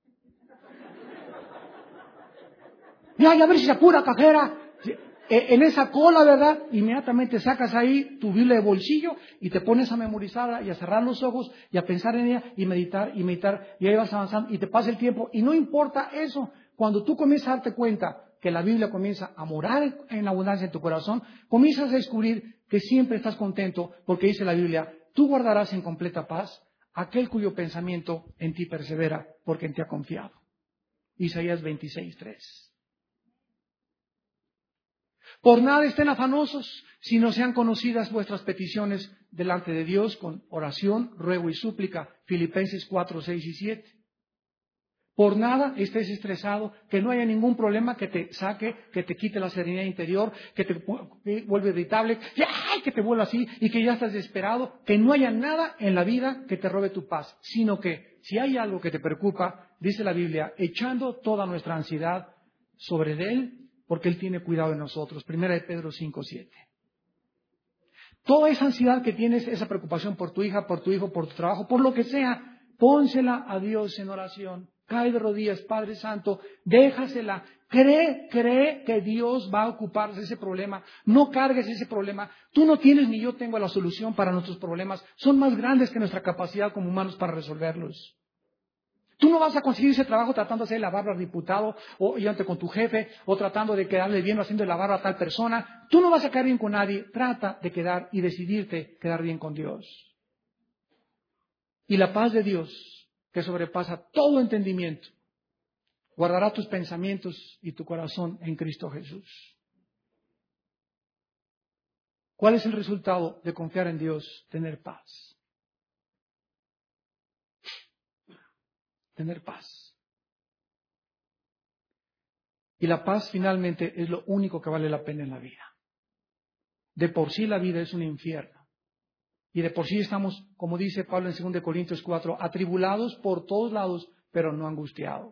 Speaker 1: Ya, a ver si se apura, cajera. En esa cola, ¿verdad? Inmediatamente sacas ahí tu Biblia de bolsillo y te pones a memorizarla y a cerrar los ojos y a pensar en ella y meditar, y ahí vas avanzando y te pasa el tiempo. Y no importa eso, cuando tú comienzas a darte cuenta que la Biblia comienza a morar en abundancia en tu corazón, comienzas a descubrir que siempre estás contento porque dice la Biblia, tú guardarás en completa paz aquel cuyo pensamiento en ti persevera porque en ti ha confiado. Isaías 26:3. Por nada estén afanosos, sino sean conocidas vuestras peticiones delante de Dios con oración, ruego y súplica. Filipenses 4:6 y 7. Por nada estés estresado, que no haya ningún problema que te saque, que te quite la serenidad interior, que te vuelva irritable, que te vuelva así y que ya estás desesperado, que no haya nada en la vida que te robe tu paz, sino que si hay algo que te preocupa, dice la Biblia, echando toda nuestra ansiedad sobre Él, porque Él tiene cuidado de nosotros. Primera de Pedro 5:7. Toda esa ansiedad que tienes, esa preocupación por tu hija, por tu hijo, por tu trabajo, por lo que sea, pónsela a Dios en oración. Cae de rodillas, Padre Santo, déjasela. Cree que Dios va a ocuparse de ese problema. No cargues ese problema. Tú no tienes ni yo tengo la solución para nuestros problemas. Son más grandes que nuestra capacidad como humanos para resolverlos. Tú no vas a conseguir ese trabajo tratando de hacer la barba al diputado, o yéndote con tu jefe, o tratando de quedarle bien o haciendo la barba a tal persona. Tú no vas a quedar bien con nadie. Trata de quedar y decidirte quedar bien con Dios. Y la paz de Dios, que sobrepasa todo entendimiento, guardará tus pensamientos y tu corazón en Cristo Jesús. ¿Cuál es el resultado de confiar en Dios? Tener paz. Tener paz. Y la paz finalmente es lo único que vale la pena en la vida. De por sí la vida es un infierno. Y de por sí estamos, como dice Pablo en 2 Corintios 4, atribulados por todos lados, pero no angustiados.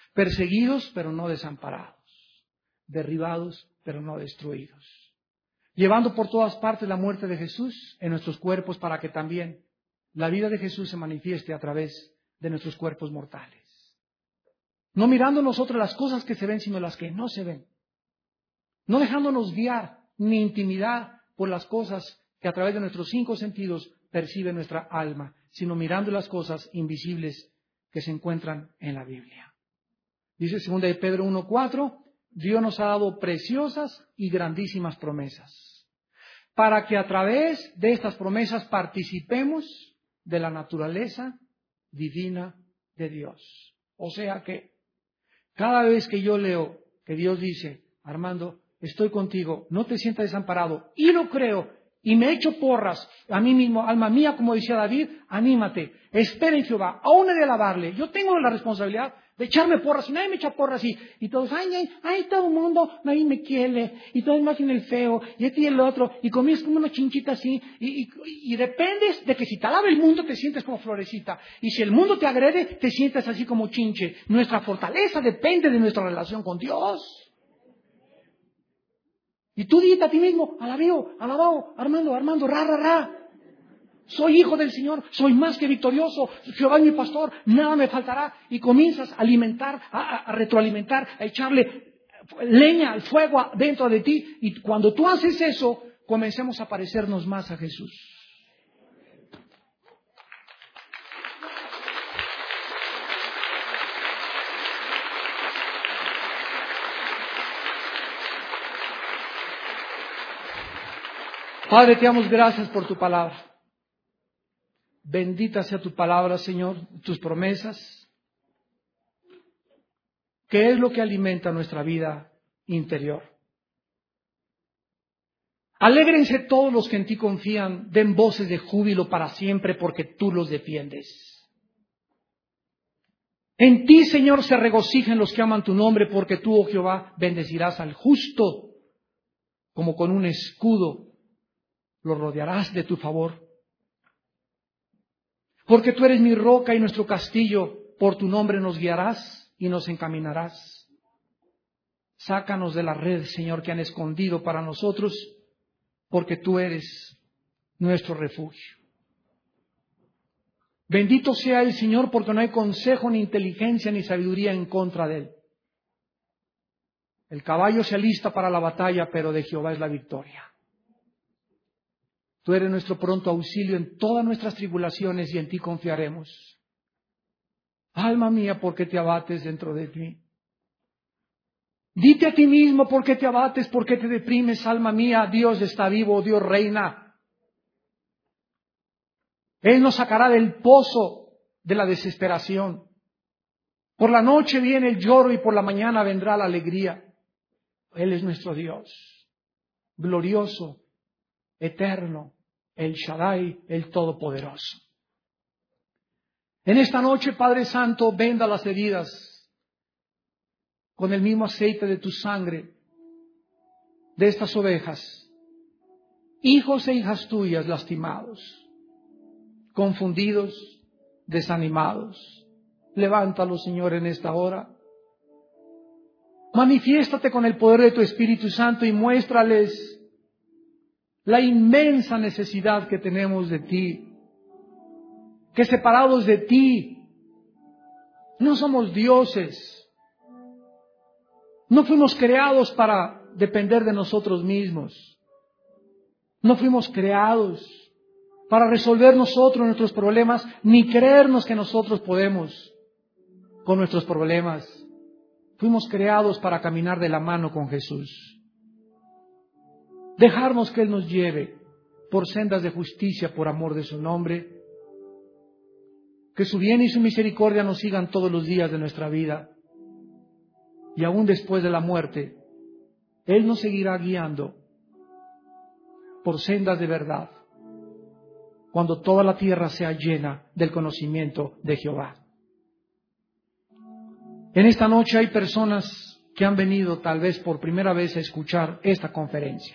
Speaker 1: Perseguidos, pero no desamparados. Derribados, pero no destruidos. llevando por todas partes la muerte de Jesús en nuestros cuerpos para que también la vida de Jesús se manifieste a través de nuestros cuerpos mortales. No mirando nosotros las cosas que se ven, sino las que no se ven. No dejándonos guiar ni intimidar por las cosas que a través de nuestros 5 sentidos percibe nuestra alma, sino mirando las cosas invisibles que se encuentran en la Biblia. Dice 2 de Pedro 1:4, Dios nos ha dado preciosas y grandísimas promesas, para que a través de estas promesas participemos de la naturaleza divina de Dios. O sea que cada vez que yo leo que Dios dice, Armando, estoy contigo, no te sientas desamparado, y lo creo, y me echo porras a mí mismo, alma mía, como decía David, anímate, espera en Jehová, aún he de alabarle. Yo tengo la responsabilidad de echarme porras, y nadie me echa porras, y todos, ay, todo el mundo, nadie me quiere, y todos me hacen el feo, y este y el otro, y comienzas como una chinchita así, y dependes de que si te alaba el mundo te sientes como florecita, y si el mundo te agrede, te sientes así como chinche. Nuestra fortaleza depende de nuestra relación con Dios. Y tú dite a ti mismo, alabado, Armando, ra. Soy hijo del Señor, soy más que victorioso, Jehová es mi pastor, nada me faltará. Y comienzas a alimentar, a retroalimentar, a echarle leña al fuego dentro de ti. Y cuando tú haces eso, comencemos a parecernos más a Jesús. Padre, te damos gracias por tu palabra. Bendita sea tu palabra, Señor, tus promesas, que es lo que alimenta nuestra vida interior. Alégrense todos los que en ti confían, den voces de júbilo para siempre, porque tú los defiendes. En ti, Señor, se regocijen los que aman tu nombre, porque tú, oh Jehová, bendecirás al justo, como con un escudo lo rodearás de tu favor. Porque tú eres mi roca y nuestro castillo, por tu nombre nos guiarás y nos encaminarás. Sácanos de la red, Señor, que han escondido para nosotros, porque tú eres nuestro refugio. Bendito sea el Señor, porque no hay consejo, ni inteligencia, ni sabiduría en contra de él. El caballo se alista para la batalla, pero de Jehová es la victoria. Tú eres nuestro pronto auxilio en todas nuestras tribulaciones y en ti confiaremos. Alma mía, ¿por qué te abates dentro de mí? Dite a ti mismo, ¿por qué te abates? ¿Por qué te deprimes, alma mía? Dios está vivo, Dios reina. Él nos sacará del pozo de la desesperación. Por la noche viene el lloro y por la mañana vendrá la alegría. Él es nuestro Dios, glorioso, eterno, el Shaddai, el Todopoderoso. En esta noche, Padre Santo, venda las heridas con el mismo aceite de tu sangre de estas ovejas, hijos e hijas tuyas lastimados, confundidos, desanimados. Levántalos, Señor, en esta hora. Manifiéstate con el poder de tu Espíritu Santo y muéstrales la inmensa necesidad que tenemos de ti, que separados de ti no somos dioses, no fuimos creados para depender de nosotros mismos, no fuimos creados para resolver nosotros nuestros problemas, ni creernos que nosotros podemos con nuestros problemas. Fuimos creados para caminar de la mano con Jesús. Dejarnos que Él nos lleve por sendas de justicia por amor de su nombre. Que su bien y su misericordia nos sigan todos los días de nuestra vida. Y aún después de la muerte, Él nos seguirá guiando por sendas de verdad, cuando toda la tierra sea llena del conocimiento de Jehová. En esta noche hay personas que han venido tal vez por primera vez a escuchar esta conferencia.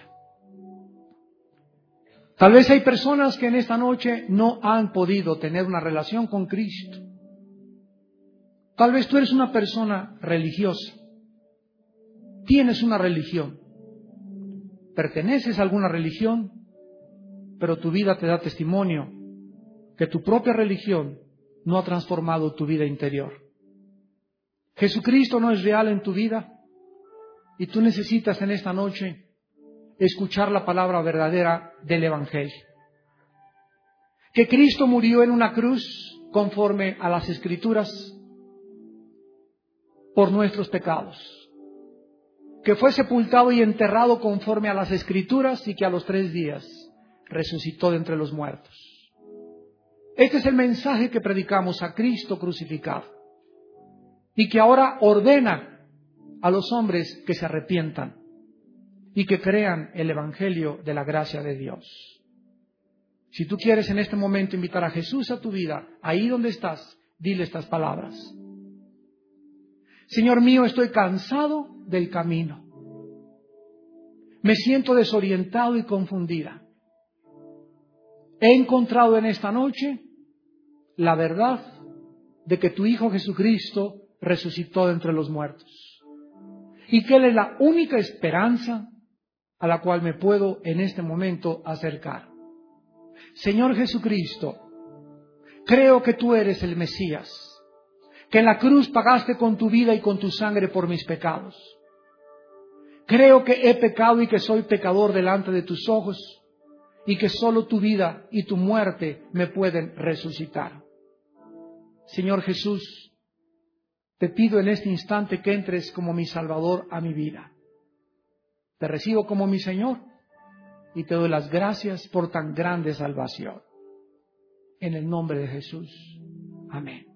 Speaker 1: Tal vez hay personas que en esta noche no han podido tener una relación con Cristo. Tal vez tú eres una persona religiosa. Tienes una religión. perteneces a alguna religión, pero tu vida te da testimonio que tu propia religión no ha transformado tu vida interior. Jesucristo no es real en tu vida y tú necesitas en esta noche escuchar la palabra verdadera del Evangelio. Que Cristo murió en una cruz conforme a las Escrituras por nuestros pecados. Que fue sepultado y enterrado conforme a las Escrituras y que a los 3 días resucitó de entre los muertos. Este es el mensaje que predicamos a Cristo crucificado y que ahora ordena a los hombres que se arrepientan y que crean el Evangelio de la gracia de Dios. Si tú quieres en este momento invitar a Jesús a tu vida, ahí donde estás, dile estas palabras. Señor mío, estoy cansado del camino. Me siento desorientado y confundida. He encontrado en esta noche la verdad de que tu Hijo Jesucristo resucitó de entre los muertos y que Él es la única esperanza a la cual me puedo en este momento acercar. Señor Jesucristo, creo que tú eres el Mesías, que en la cruz pagaste con tu vida y con tu sangre por mis pecados. Creo que he pecado y que soy pecador delante de tus ojos y que solo tu vida y tu muerte me pueden resucitar. Señor Jesús, te pido en este instante que entres como mi Salvador a mi vida. Te recibo como mi Señor y te doy las gracias por tan grande salvación. En el nombre de Jesús. Amén.